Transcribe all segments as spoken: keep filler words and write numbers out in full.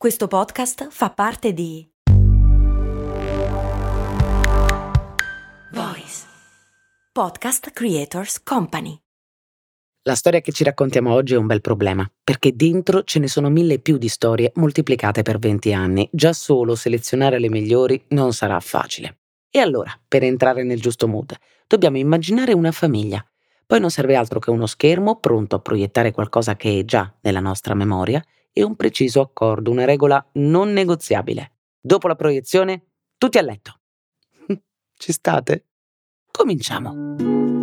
Questo podcast fa parte di Voice Podcast Creators Company. La storia che ci raccontiamo oggi è un bel problema, perché dentro ce ne sono mille più di storie moltiplicate per venti anni. Già solo selezionare le migliori non sarà facile. E allora, per entrare nel giusto mood, dobbiamo immaginare una famiglia. Poi non serve altro che uno schermo pronto a proiettare qualcosa che è già nella nostra memoria e un preciso accordo, una regola non negoziabile. Dopo la proiezione, tutti a letto. Ci state? Cominciamo.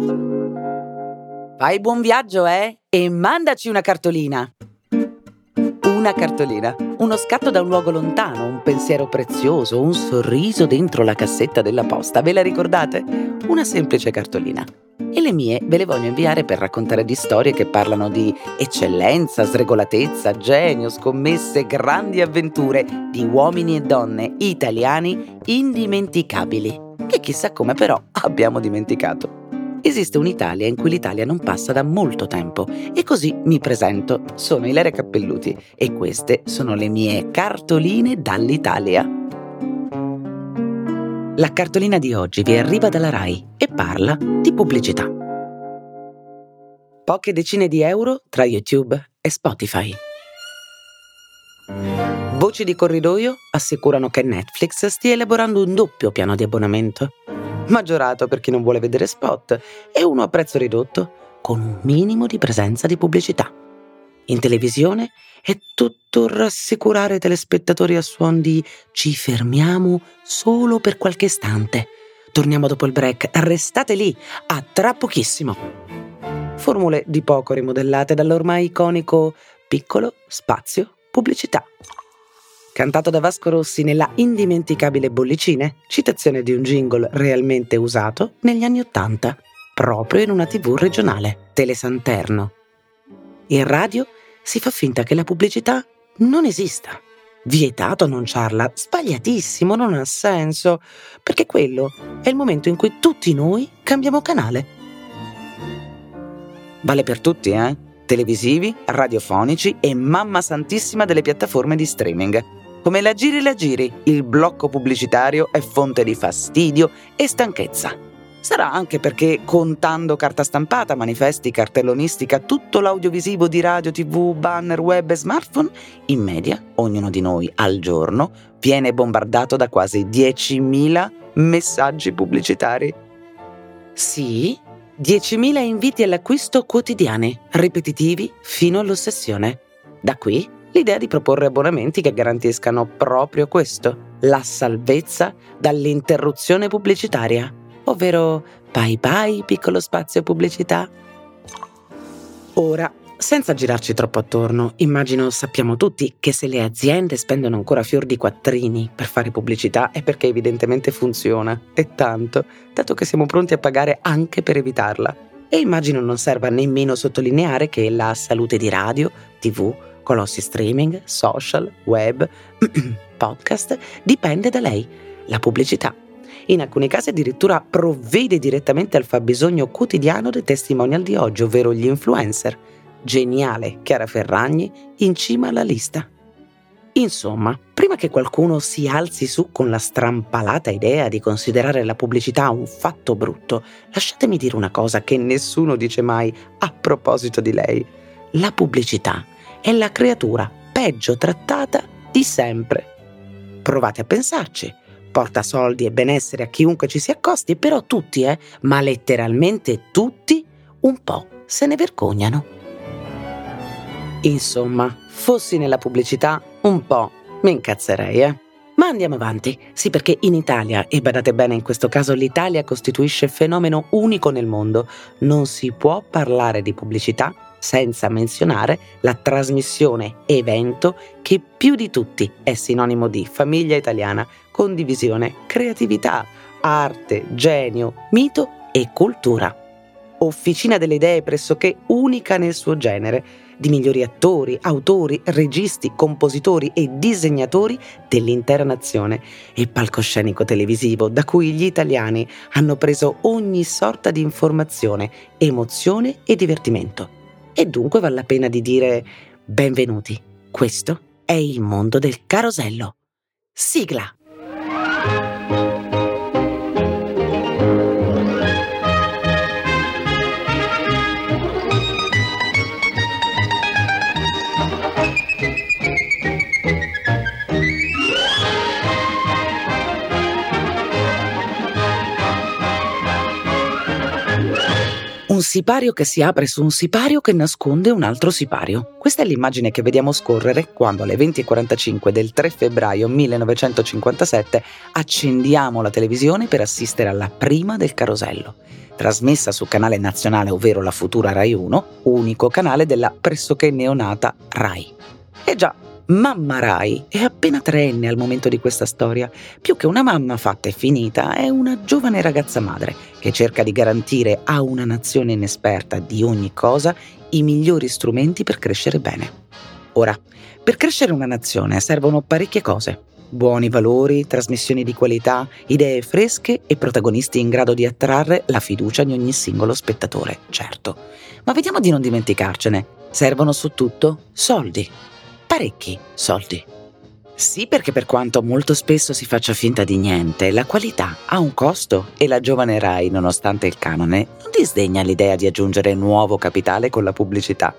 Fai buon viaggio, eh? E mandaci una cartolina. Una cartolina, uno scatto da un luogo lontano, un pensiero prezioso, un sorriso dentro la cassetta della posta. Ve la ricordate? Una semplice cartolina. E le mie ve le voglio inviare per raccontare di storie che parlano di eccellenza, sregolatezza, genio, scommesse, grandi avventure, di uomini e donne italiani indimenticabili, che chissà come però abbiamo dimenticato. Esiste un'Italia in cui l'Italia non passa da molto tempo e così mi presento. Sono Ilaria Cappelluti e queste sono le mie cartoline dall'Italia. La cartolina di oggi vi arriva dalla Rai e parla di pubblicità. Poche decine di euro tra YouTube e Spotify. Voci di corridoio assicurano che Netflix stia elaborando un doppio piano di abbonamento. Maggiorato per chi non vuole vedere spot e uno a prezzo ridotto con un minimo di presenza di pubblicità. In televisione è tutto rassicurare i telespettatori a suon di ci fermiamo solo per qualche istante. Torniamo dopo il break, restate lì, a tra pochissimo. Formule di poco rimodellate dall'ormai iconico piccolo spazio pubblicità. Cantato da Vasco Rossi nella indimenticabile Bollicine, citazione di un jingle realmente usato negli anni Ottanta, proprio in una tivù regionale, Telesanterno. In radio si fa finta che la pubblicità non esista. Vietato annunciarla, sbagliatissimo, non ha senso, perché quello è il momento in cui tutti noi cambiamo canale. Vale per tutti, eh? Televisivi, radiofonici e mamma santissima delle piattaforme di streaming. Come la giri la giri, il blocco pubblicitario è fonte di fastidio e stanchezza. Sarà anche perché, contando carta stampata, manifesti, cartellonistica, tutto l'audiovisivo di radio, tv, banner, web e smartphone, in media, ognuno di noi al giorno viene bombardato da quasi diecimila messaggi pubblicitari. Sì, diecimila inviti all'acquisto quotidiani, ripetitivi fino all'ossessione. Da qui l'idea di proporre abbonamenti che garantiscano proprio questo, la salvezza dall'interruzione pubblicitaria, ovvero bye bye piccolo spazio pubblicità. Ora, senza girarci troppo attorno, immagino sappiamo tutti che se le aziende spendono ancora fior di quattrini per fare pubblicità è perché evidentemente funziona, e tanto, dato che siamo pronti a pagare anche per evitarla. E immagino non serva nemmeno sottolineare che la salute di radio, tv, colossi streaming, social, web, podcast, dipende da lei, la pubblicità. In alcuni casi addirittura provvede direttamente al fabbisogno quotidiano dei testimonial di oggi, ovvero gli influencer. Geniale Chiara Ferragni in cima alla lista. Insomma, prima che qualcuno si alzi su con la strampalata idea di considerare la pubblicità un fatto brutto, lasciatemi dire una cosa che nessuno dice mai a proposito di lei. La pubblicità è la creatura peggio trattata di sempre. Provate a pensarci. Porta soldi e benessere a chiunque ci si accosti, però tutti, eh, ma letteralmente tutti, un po' se ne vergognano. Insomma, fossi nella pubblicità, un po' mi incazzerei, eh. Ma andiamo avanti. Sì, perché in Italia, e badate bene in questo caso l'Italia costituisce fenomeno unico nel mondo, non si può parlare di pubblicità senza menzionare la trasmissione evento che più di tutti è sinonimo di famiglia italiana, condivisione, creatività, arte, genio, mito e cultura. Officina delle idee pressoché unica nel suo genere, di migliori attori, autori, registi, compositori e disegnatori dell'intera nazione, e palcoscenico televisivo da cui gli italiani hanno preso ogni sorta di informazione, emozione e divertimento. E dunque vale la pena di dire benvenuti. Questo è il mondo del carosello. Sigla! Un sipario che si apre su un sipario che nasconde un altro sipario. Questa è l'immagine che vediamo scorrere quando alle venti e quarantacinque del tre febbraio millenovecentocinquantasette accendiamo la televisione per assistere alla prima del carosello, trasmessa sul canale nazionale, ovvero la futura Rai uno, unico canale della pressoché neonata Rai. E già, Mamma Rai è appena treenne al momento di questa storia. Più che una mamma fatta e finita, è una giovane ragazza madre che cerca di garantire a una nazione inesperta di ogni cosa i migliori strumenti per crescere bene. Ora, per crescere una nazione servono parecchie cose. Buoni valori, trasmissioni di qualità, idee fresche e protagonisti in grado di attrarre la fiducia di ogni singolo spettatore, certo. Ma vediamo di non dimenticarcene. Servono su tutto soldi. Parecchi soldi. Sì, perché per quanto molto spesso si faccia finta di niente, la qualità ha un costo e la giovane Rai, nonostante il canone, non disdegna l'idea di aggiungere nuovo capitale con la pubblicità.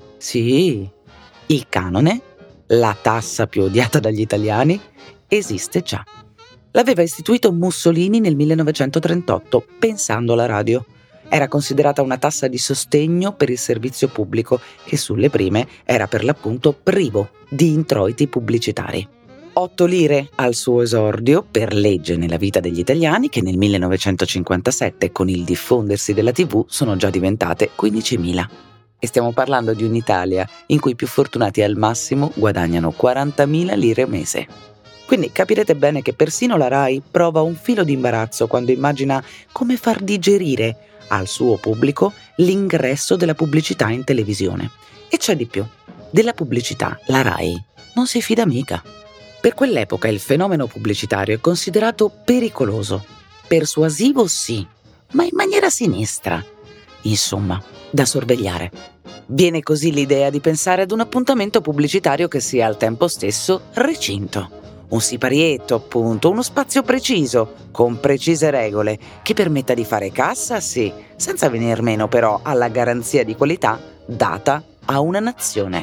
Sì, il canone, la tassa più odiata dagli italiani, esiste già. L'aveva istituito Mussolini nel millenovecentotrentotto, pensando alla radio. Era considerata una tassa di sostegno per il servizio pubblico che sulle prime era per l'appunto privo di introiti pubblicitari. Otto lire al suo esordio per legge nella vita degli italiani, che nel millenovecentocinquantasette con il diffondersi della tivù sono già diventate quindicimila. E stiamo parlando di un'Italia in cui i più fortunati al massimo guadagnano quarantamila lire mese. Quindi capirete bene che persino la Rai prova un filo di imbarazzo quando immagina come far digerire al suo pubblico l'ingresso della pubblicità in televisione. E c'è di più. Della pubblicità la Rai non si fida mica. Per quell'epoca il fenomeno pubblicitario è considerato pericoloso. Persuasivo sì, ma in maniera sinistra. Insomma, da sorvegliare. Viene così l'idea di pensare ad un appuntamento pubblicitario che sia al tempo stesso recinto. Un siparietto, appunto, uno spazio preciso, con precise regole, che permetta di fare cassa, sì, senza venir meno però alla garanzia di qualità data a una nazione.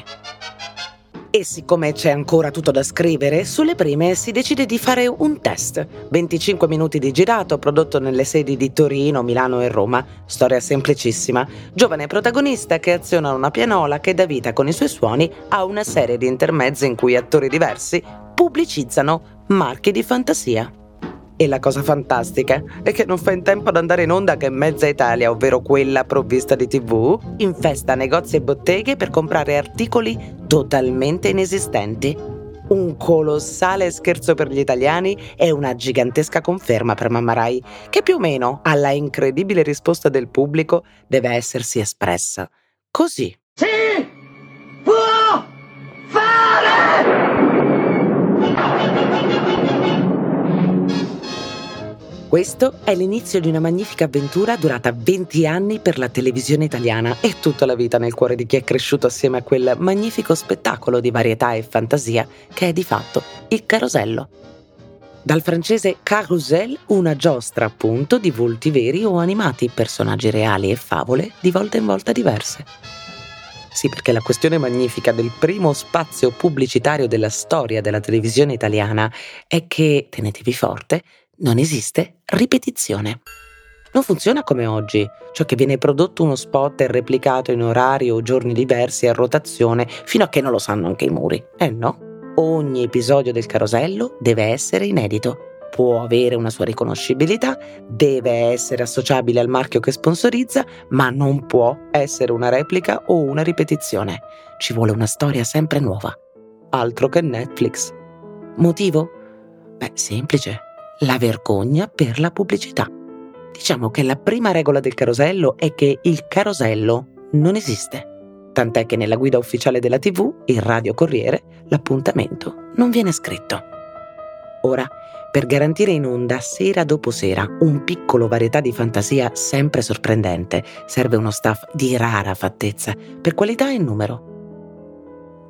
E siccome c'è ancora tutto da scrivere, sulle prime si decide di fare un test. venticinque minuti di girato, prodotto nelle sedi di Torino, Milano e Roma. Storia semplicissima. Giovane protagonista che aziona una pianola che dà vita con i suoi suoni a una serie di intermezzi in cui attori diversi pubblicizzano marchi di fantasia. E la cosa fantastica è che non fa in tempo ad andare in onda che mezza Italia, ovvero quella provvista di tivù, infesta negozi e botteghe per comprare articoli totalmente inesistenti. Un colossale scherzo per gli italiani e una gigantesca conferma per Mamma Rai, che più o meno alla incredibile risposta del pubblico deve essersi espressa così. Si può fare! Questo è l'inizio di una magnifica avventura durata venti anni per la televisione italiana e tutta la vita nel cuore di chi è cresciuto assieme a quel magnifico spettacolo di varietà e fantasia che è di fatto il carosello. Dal francese carousel, una giostra appunto di volti veri o animati, personaggi reali e favole di volta in volta diverse. Sì, perché la questione magnifica del primo spazio pubblicitario della storia della televisione italiana è che, tenetevi forte, non esiste ripetizione. Non funziona come oggi, cioè che viene prodotto uno spot e replicato in orari o giorni diversi a rotazione fino a che non lo sanno anche i muri. Eh no, ogni episodio del carosello deve essere inedito, può avere una sua riconoscibilità, deve essere associabile al marchio che sponsorizza, ma non può essere una replica o una ripetizione. Ci vuole una storia sempre nuova. Altro che Netflix. Motivo? Beh, semplice. La vergogna per la pubblicità. Diciamo che la prima regola del carosello è che il carosello non esiste. Tant'è che nella guida ufficiale della tivù, il Radio Corriere, l'appuntamento non viene scritto. Ora, per garantire in onda sera dopo sera un piccolo varietà di fantasia sempre sorprendente, serve uno staff di rara fattezza per qualità e numero.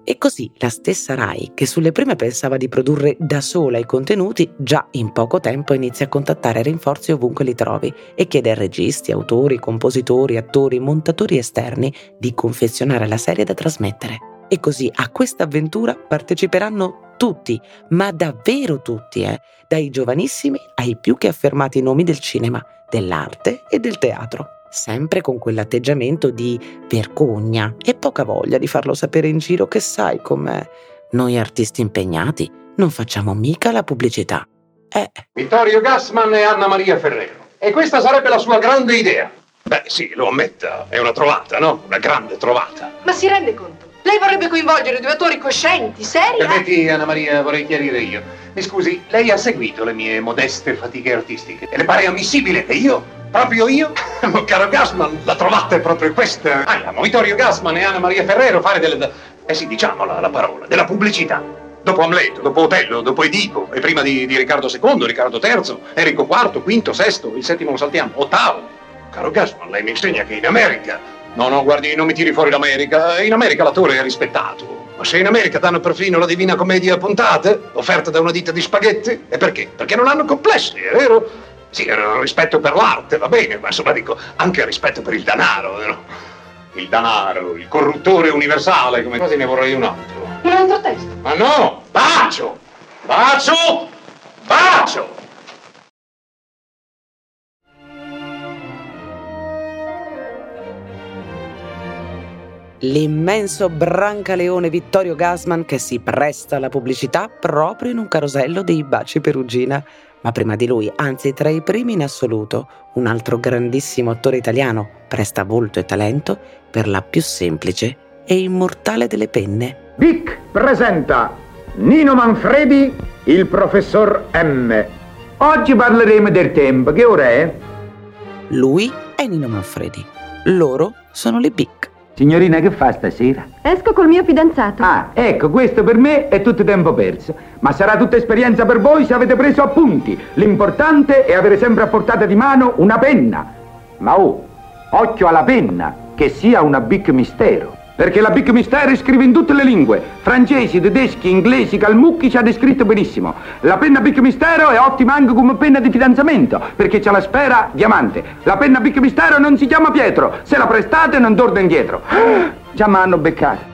E così la stessa Rai, che sulle prime pensava di produrre da sola i contenuti, già in poco tempo inizia a contattare rinforzi ovunque li trovi e chiede a registi, autori, compositori, attori, montatori esterni di confezionare la serie da trasmettere. E così a questa avventura parteciperanno tutti, ma davvero tutti, eh? Dai giovanissimi ai più che affermati nomi del cinema, dell'arte e del teatro. Sempre con quell'atteggiamento di vergogna e poca voglia di farlo sapere in giro che sai com'è. Noi artisti impegnati non facciamo mica la pubblicità. Eh. Vittorio Gassman e Anna Maria Ferrero. E questa sarebbe la sua grande idea. Beh, sì, lo ammetta, è una trovata, no? Una grande trovata. Ma si rende conto? Lei vorrebbe coinvolgere due attori coscienti, seri? Permetti, Anna Maria, vorrei chiarire io. Mi scusi, lei ha seguito le mie modeste fatiche artistiche e le pare ammissibile che io, proprio io, caro Gassman, la trovata è proprio questa. Ah, Vittorio Gassman e Anna Maria Ferrero fare delle... Eh sì, diciamola la parola, della pubblicità. Dopo Amleto, dopo Otello, dopo Edipo, e prima di, di Riccardo secondo, Riccardo terzo, Enrico quarto, quinto, sesto, il settimo lo saltiamo, ottavo. Caro Gassman, lei mi insegna che in America... No, no, guardi, non mi tiri fuori l'America. In America l'attore è rispettato. Ma se in America danno perfino la Divina Commedia a puntate, offerta da una ditta di spaghetti, e perché? Perché non hanno complessi, è vero? Sì, rispetto per l'arte, va bene, ma insomma dico, anche rispetto per il denaro, vero? Il denaro, il corruttore universale, come quasi ne vorrei un altro. Un altro testo? Ma no! Bacio! Bacio! Bacio! L'immenso Brancaleone Vittorio Gassman che si presta alla pubblicità proprio in un carosello dei baci Perugina. Ma prima di lui, anzi tra i primi in assoluto, un altro grandissimo attore italiano presta volto e talento per la più semplice e immortale delle penne. Bic presenta Nino Manfredi, il professor M. Oggi parleremo del tempo. Che ora è? Lui è Nino Manfredi. Loro sono le Bic. Signorina, che fa stasera? Esco col mio fidanzato. Ah, ecco, questo per me è tutto tempo perso. Ma sarà tutta esperienza per voi se avete preso appunti. L'importante è avere sempre a portata di mano una penna. Ma oh, occhio alla penna, che sia una Bic Mistero. Perché la Bic Mistero scrive in tutte le lingue. Francesi, tedeschi, inglesi, calmucchi, ci ha descritto benissimo. La penna Bic Mistero è ottima anche come penna di fidanzamento, perché c'ha la sfera diamante. La penna Bic Mistero non si chiama Pietro. Se la prestate non torna indietro. Già mi hanno beccato.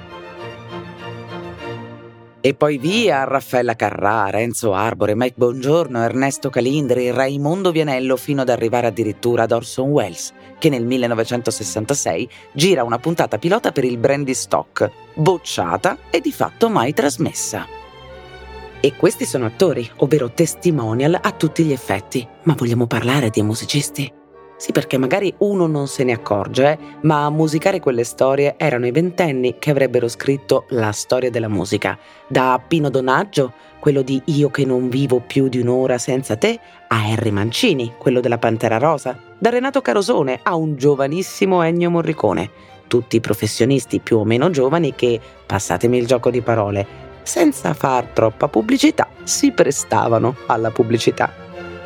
E poi via Raffaella Carrà, Renzo Arbore, Mike Bongiorno, Ernesto Calindri, Raimondo Vianello, fino ad arrivare addirittura ad Orson Welles, che nel millenovecentosessantasei gira una puntata pilota per il Brandy Stock, bocciata e di fatto mai trasmessa. E questi sono attori, ovvero testimonial a tutti gli effetti. Ma vogliamo parlare di musicisti? Sì, perché magari uno non se ne accorge, eh, ma a musicare quelle storie erano i ventenni che avrebbero scritto la storia della musica. Da Pino Donaggio, quello di Io che non vivo più di un'ora senza te, a Henry Mancini, quello della Pantera Rosa, da Renato Carosone a un giovanissimo Ennio Morricone. Tutti professionisti più o meno giovani che, passatemi il gioco di parole, senza far troppa pubblicità, si prestavano alla pubblicità.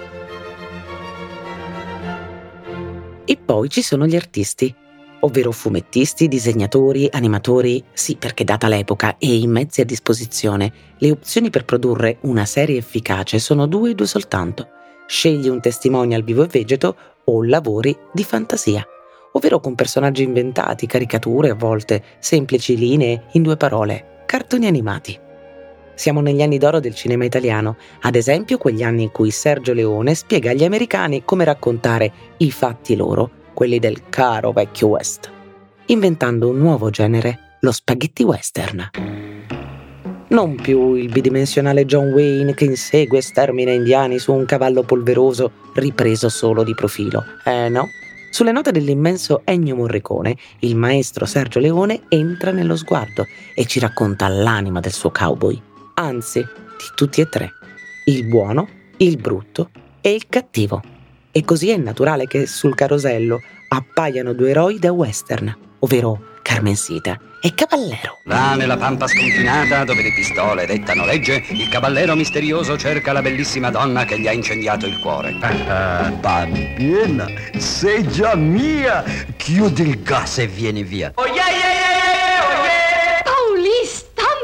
E poi ci sono gli artisti, ovvero fumettisti, disegnatori, animatori, sì, perché data l'epoca e i mezzi a disposizione, le opzioni per produrre una serie efficace sono due e due soltanto. Scegli un testimonial vivo e vegeto o lavori di fantasia, ovvero con personaggi inventati, caricature a volte, semplici linee, in due parole, cartoni animati. Siamo negli anni d'oro del cinema italiano, ad esempio quegli anni in cui Sergio Leone spiega agli americani come raccontare i fatti loro, quelli del caro vecchio West, inventando un nuovo genere, lo spaghetti western. Non più il bidimensionale John Wayne che insegue e stermina indiani su un cavallo polveroso ripreso solo di profilo, eh no? Sulle note dell'immenso Ennio Morricone, il maestro Sergio Leone entra nello sguardo e ci racconta l'anima del suo cowboy. Anzi, di tutti e tre, il buono, il brutto e il cattivo. E così è naturale che sul carosello appaiano due eroi da western, ovvero Carmencita e Caballero. Là nella pampa sconfinata dove le pistole dettano legge, il cavallero misterioso cerca la bellissima donna che gli ha incendiato il cuore. Ah, bambina, sei già mia! Chiudi il gas e vieni via. Oh yeah, yeah, yeah, yeah, oh yeah. Pauli, sta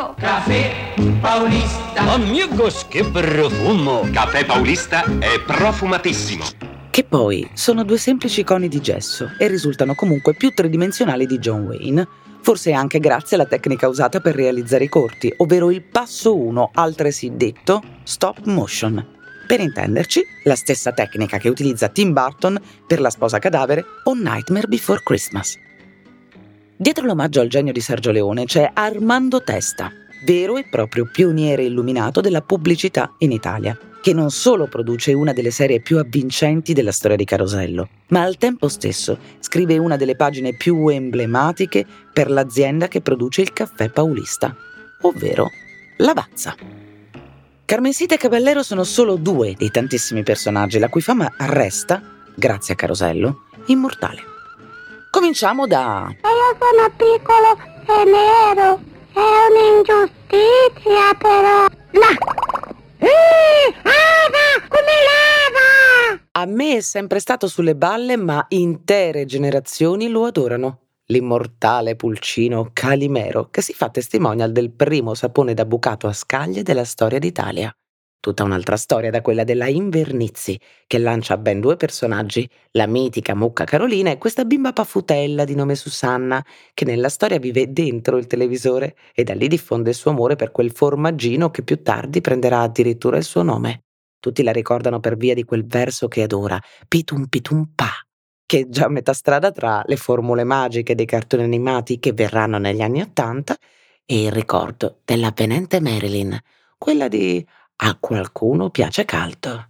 Io. Caffè Paulista. Amigos, che profumo! Caffè Paulista è profumatissimo. Che poi sono due semplici coni di gesso e risultano comunque più tridimensionali di John Wayne, forse anche grazie alla tecnica usata per realizzare i corti, ovvero il passo uno, altresì detto stop motion. Per intenderci, la stessa tecnica che utilizza Tim Burton per La sposa cadavere o Nightmare Before Christmas. Dietro l'omaggio al genio di Sergio Leone c'è Armando Testa, vero e proprio pioniere illuminato della pubblicità in Italia, che non solo produce una delle serie più avvincenti della storia di Carosello, ma al tempo stesso scrive una delle pagine più emblematiche per l'azienda che produce il caffè Paulista, ovvero Lavazza. Carmensita e Caballero sono solo due dei tantissimi personaggi la cui fama resta, grazie a Carosello, immortale. Cominciamo da... E io sono piccolo e nero, è un'ingiustizia però... No! Eeeh, lava, come lava! A me è sempre stato sulle balle, ma intere generazioni lo adorano. L'immortale pulcino Calimero, che si fa testimonial del primo sapone da bucato a scaglie della storia d'Italia. Tutta un'altra storia da quella della Invernizzi, che lancia ben due personaggi, la mitica mucca Carolina e questa bimba paffutella di nome Susanna, che nella storia vive dentro il televisore e da lì diffonde il suo amore per quel formaggino che più tardi prenderà addirittura il suo nome. Tutti la ricordano per via di quel verso che adora, Pitum Pitum Pa, che è già a metà strada tra le formule magiche dei cartoni animati che verranno negli anni Ottanta e il ricordo dell'avvenente Marilyn, quella di A qualcuno piace caldo.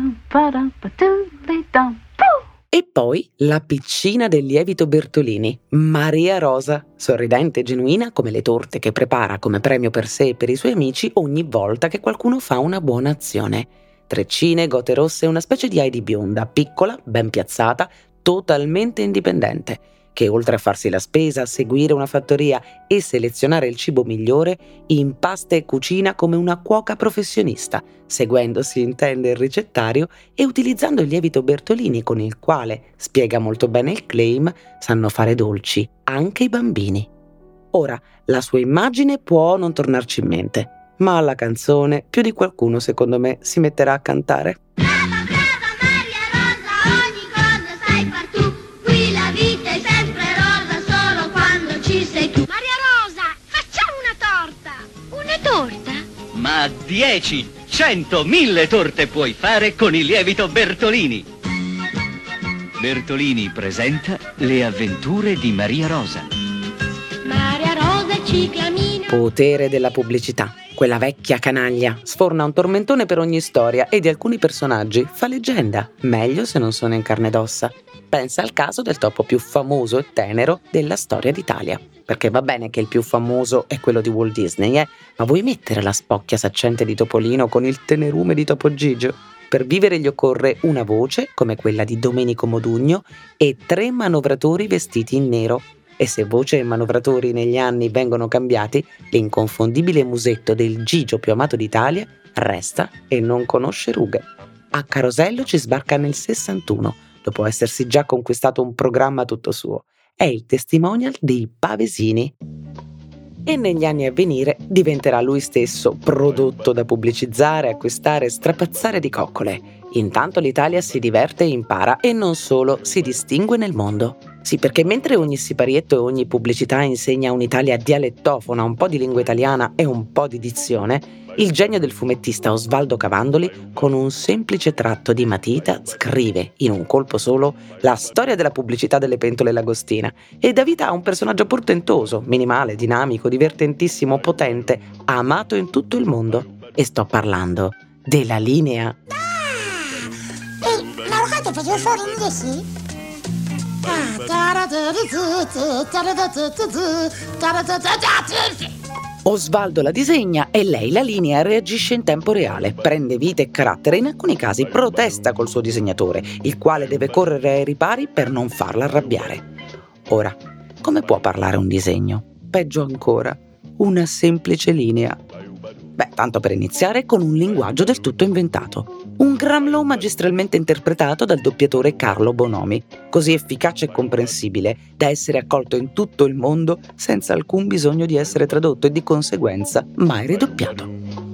E poi la piccina del lievito Bertolini, Maria Rosa, sorridente e genuina come le torte che prepara come premio per sé e per i suoi amici ogni volta che qualcuno fa una buona azione. Treccine, gote rosse e una specie di Heidi bionda, piccola, ben piazzata, totalmente indipendente, che oltre a farsi la spesa, seguire una fattoria e selezionare il cibo migliore, impasta e cucina come una cuoca professionista, seguendo, si intende, il ricettario e utilizzando il lievito Bertolini con il quale, spiega molto bene il claim, sanno fare dolci anche i bambini. Ora, la sua immagine può non tornarci in mente, ma alla canzone più di qualcuno, secondo me, si metterà a cantare. Ma dieci, cento, mille torte puoi fare con il lievito Bertolini. Bertolini presenta Le avventure di Maria Rosa. Maria Rosa e Ciclamino. Potere della pubblicità. Quella vecchia canaglia sforna un tormentone per ogni storia e di alcuni personaggi fa leggenda, meglio se non sono in carne ed ossa. Pensa al caso del topo più famoso e tenero della storia d'Italia. Perché va bene che il più famoso è quello di Walt Disney, eh? Ma vuoi mettere la spocchia saccente di Topolino con il tenerume di Topo Gigio? Per vivere gli occorre una voce, come quella di Domenico Modugno, e tre manovratori vestiti in nero. E se voce e manovratori negli anni vengono cambiati, l'inconfondibile musetto del Gigio più amato d'Italia resta e non conosce rughe. A Carosello ci sbarca nel sessantuno, dopo essersi già conquistato un programma tutto suo. È il testimonial dei Pavesini. E negli anni a venire diventerà lui stesso prodotto da pubblicizzare, acquistare e strapazzare di coccole. Intanto l'Italia si diverte e impara e non solo, si distingue nel mondo. Sì, perché mentre ogni siparietto e ogni pubblicità insegna un'Italia dialettofona, un po' di lingua italiana e un po' di dizione, il genio del fumettista Osvaldo Cavandoli, con un semplice tratto di matita, scrive in un colpo solo la storia della pubblicità delle pentole Lagostina e dà vita a un personaggio portentoso, minimale, dinamico, divertentissimo, potente, amato in tutto il mondo. E sto parlando della linea. E la rocata faceva fuori inglesi? Osvaldo la disegna e lei, la linea, reagisce in tempo reale, prende vita e carattere e in alcuni casi protesta col suo disegnatore, il quale deve correre ai ripari per non farla arrabbiare. Ora, come può parlare un disegno? Peggio ancora, una semplice linea. Beh, tanto per iniziare, con un linguaggio del tutto inventato. Un Gramlow magistralmente interpretato dal doppiatore Carlo Bonomi, così efficace e comprensibile da essere accolto in tutto il mondo senza alcun bisogno di essere tradotto e di conseguenza mai ridoppiato.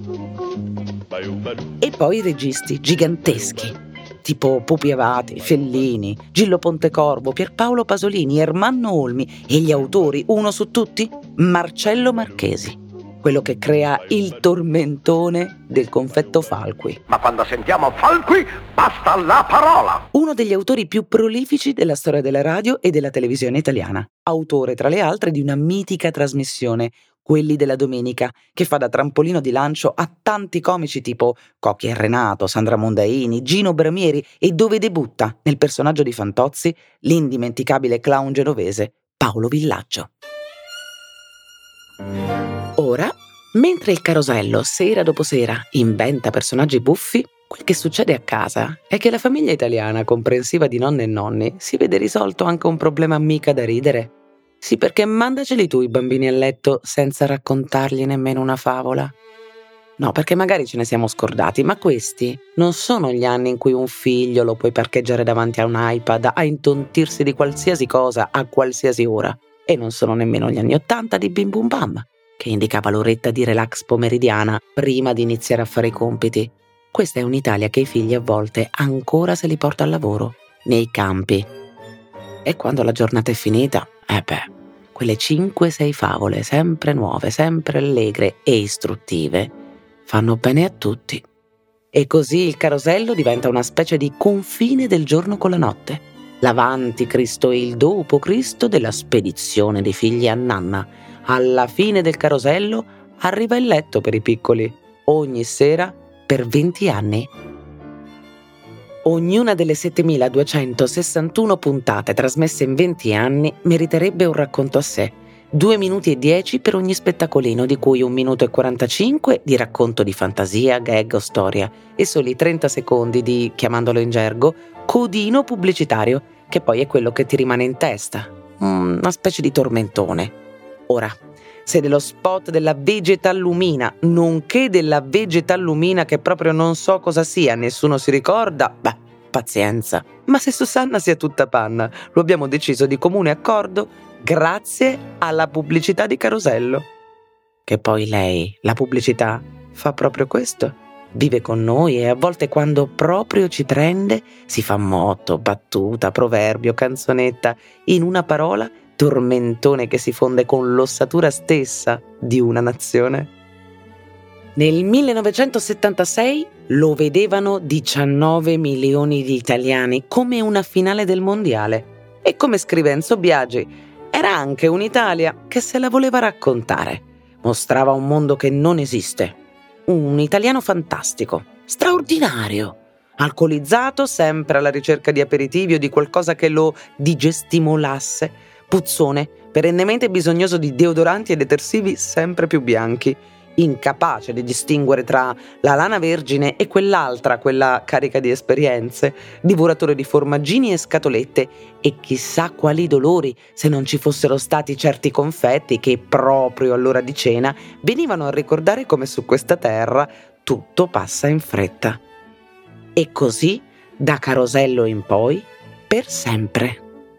E poi i registi giganteschi, tipo Pupi Avati, Fellini, Gillo Pontecorvo, Pierpaolo Pasolini, Ermanno Olmi, e gli autori, uno su tutti, Marcello Marchesi, quello che crea il tormentone del confetto Falqui. Ma quando sentiamo Falqui, basta la parola! Uno degli autori più prolifici della storia della radio e della televisione italiana. Autore, tra le altre, di una mitica trasmissione, Quelli della Domenica, che fa da trampolino di lancio a tanti comici tipo Cocchi e Renato, Sandra Mondaini, Gino Bramieri, e dove debutta nel personaggio di Fantozzi l'indimenticabile clown genovese Paolo Villaggio. Ora, mentre il Carosello, sera dopo sera, inventa personaggi buffi, quel che succede a casa è che la famiglia italiana, comprensiva di nonne e nonni, si vede risolto anche un problema mica da ridere. Sì, perché mandaceli tu i bambini a letto senza raccontargli nemmeno una favola. No, perché magari ce ne siamo scordati, ma questi non sono gli anni in cui un figlio lo puoi parcheggiare davanti a un iPad a intontirsi di qualsiasi cosa a qualsiasi ora. E non sono nemmeno gli anni Ottanta di Bim Bum Bam, che indicava l'oretta di relax pomeridiana prima di iniziare a fare i compiti. Questa è un'Italia che i figli a volte ancora se li porta al lavoro, nei campi. E quando la giornata è finita, eh beh, quelle cinque sei favole, sempre nuove, sempre allegre e istruttive, fanno bene a tutti. E così il Carosello diventa una specie di confine del giorno con la notte, l'avanti Cristo e il dopo Cristo della spedizione dei figli a nanna. Alla fine del Carosello arriva il letto per i piccoli, ogni sera per venti anni. Ognuna delle settemiladuecentosessantuno puntate trasmesse in venti anni meriterebbe un racconto a sé. Due minuti e dieci per ogni spettacolino, di cui un minuto e quarantacinque di racconto di fantasia, gag o storia, e soli trenta secondi di, chiamandolo in gergo, codino pubblicitario, che poi è quello che ti rimane in testa. Una specie di tormentone. Ora, se dello spot della Vegetallumina, nonché della Vegetallumina che proprio non so cosa sia, nessuno si ricorda, beh, pazienza. Ma se Susanna sia tutta panna, lo abbiamo deciso di comune accordo grazie alla pubblicità di Carosello. Che poi lei, la pubblicità, fa proprio questo. Vive con noi e a volte, quando proprio ci prende, si fa motto, battuta, proverbio, canzonetta, in una parola, tormentone che si fonde con l'ossatura stessa di una nazione. Nel millenovecentosettantasei lo vedevano diciannove milioni di italiani, come una finale del mondiale. E come scrive Enzo Biagi, era anche un'Italia che se la voleva raccontare. Mostrava un mondo che non esiste. Un italiano fantastico, straordinario, alcolizzato, sempre alla ricerca di aperitivi o di qualcosa che lo digestimolasse, puzzone, perennemente bisognoso di deodoranti e detersivi sempre più bianchi, incapace di distinguere tra la lana vergine e quell'altra, quella carica di esperienze, divoratore di formaggini e scatolette, e chissà quali dolori se non ci fossero stati certi confetti che proprio all'ora di cena venivano a ricordare come su questa terra tutto passa in fretta. E così, da Carosello in poi, per sempre.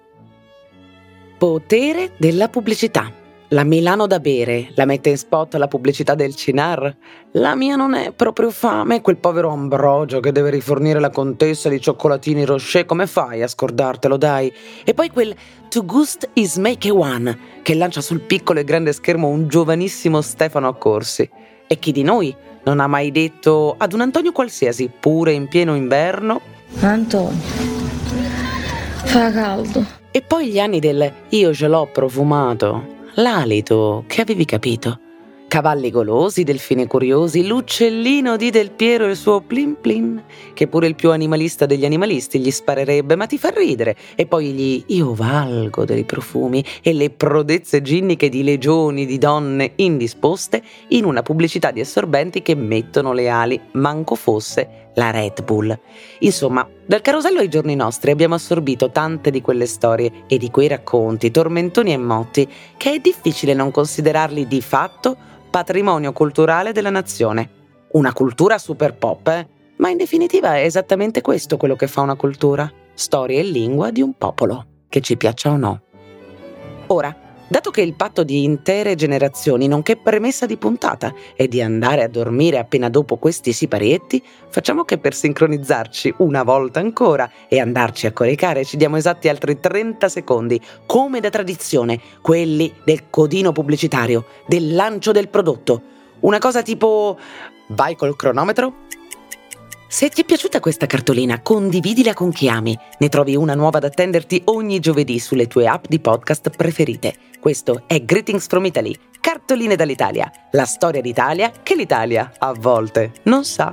Potere della pubblicità. La Milano da bere la mette in spot la pubblicità del Cinar. La mia non è proprio fame, quel povero Ambrogio che deve rifornire la contessa di cioccolatini Rocher, come fai a scordartelo, dai? E poi quel To Gust is Make a One che lancia sul piccolo e grande schermo un giovanissimo Stefano Accorsi. E chi di noi non ha mai detto ad un Antonio qualsiasi, pure in pieno inverno: Antonio, fa caldo. E poi gli anni del io ce l'ho profumato, l'alito, che avevi capito? Cavalli golosi, delfini curiosi, l'uccellino di Del Piero e il suo plin plin, che pure il più animalista degli animalisti gli sparerebbe, ma ti fa ridere. E poi gli io valgo dei profumi e le prodezze ginniche di legioni di donne indisposte in una pubblicità di assorbenti che mettono le ali, manco fosse la Red Bull. Insomma, dal Carosello ai giorni nostri abbiamo assorbito tante di quelle storie e di quei racconti, tormentoni e motti, che è difficile non considerarli di fatto patrimonio culturale della nazione. Una cultura super pop, eh? Ma in definitiva è esattamente questo quello che fa una cultura. Storia e lingua di un popolo, che ci piaccia o no. Ora, dato che il patto di intere generazioni, nonché premessa di puntata, è di andare a dormire appena dopo questi siparietti, facciamo che per sincronizzarci una volta ancora e andarci a coricare ci diamo esatti altri trenta secondi, come da tradizione, quelli del codino pubblicitario, del lancio del prodotto. Una cosa tipo: vai col cronometro? Se ti è piaciuta questa cartolina, condividila con chi ami. Ne trovi una nuova ad attenderti ogni giovedì sulle tue app di podcast preferite. Questo è Greetings from Italy, cartoline dall'Italia, la storia d'Italia che l'Italia, a volte, non sa.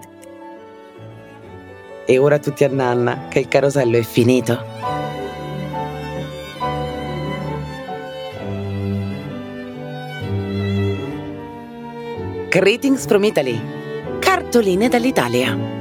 E ora tutti a nanna, che il carosello è finito. Greetings from Italy, cartoline dall'Italia.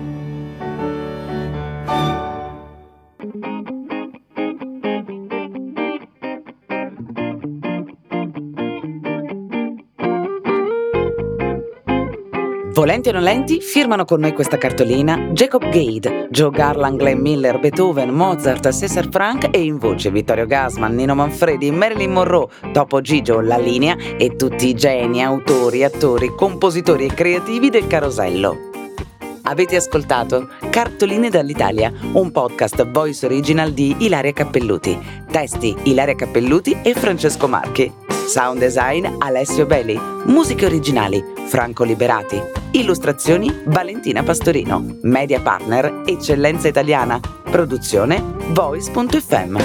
Volenti o nolenti, firmano con noi questa cartolina Jacob Gade, Joe Garland, Glenn Miller, Beethoven, Mozart, César Franck e in voce Vittorio Gassman, Nino Manfredi, Marilyn Monroe, Topo Gigio, La Linea e tutti i geni, autori, attori, compositori e creativi del carosello. Avete ascoltato Cartoline dall'Italia, un podcast voice original di Ilaria Cappelluti. Testi Ilaria Cappelluti e Francesco Marchi. Sound design Alessio Belli. Musiche originali Franco Liberati. Illustrazioni Valentina Pastorino. Media partner Eccellenza Italiana. Produzione voice punto effe emme.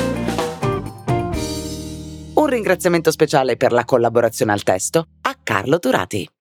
Un ringraziamento speciale per la collaborazione al testo a Carlo Turati.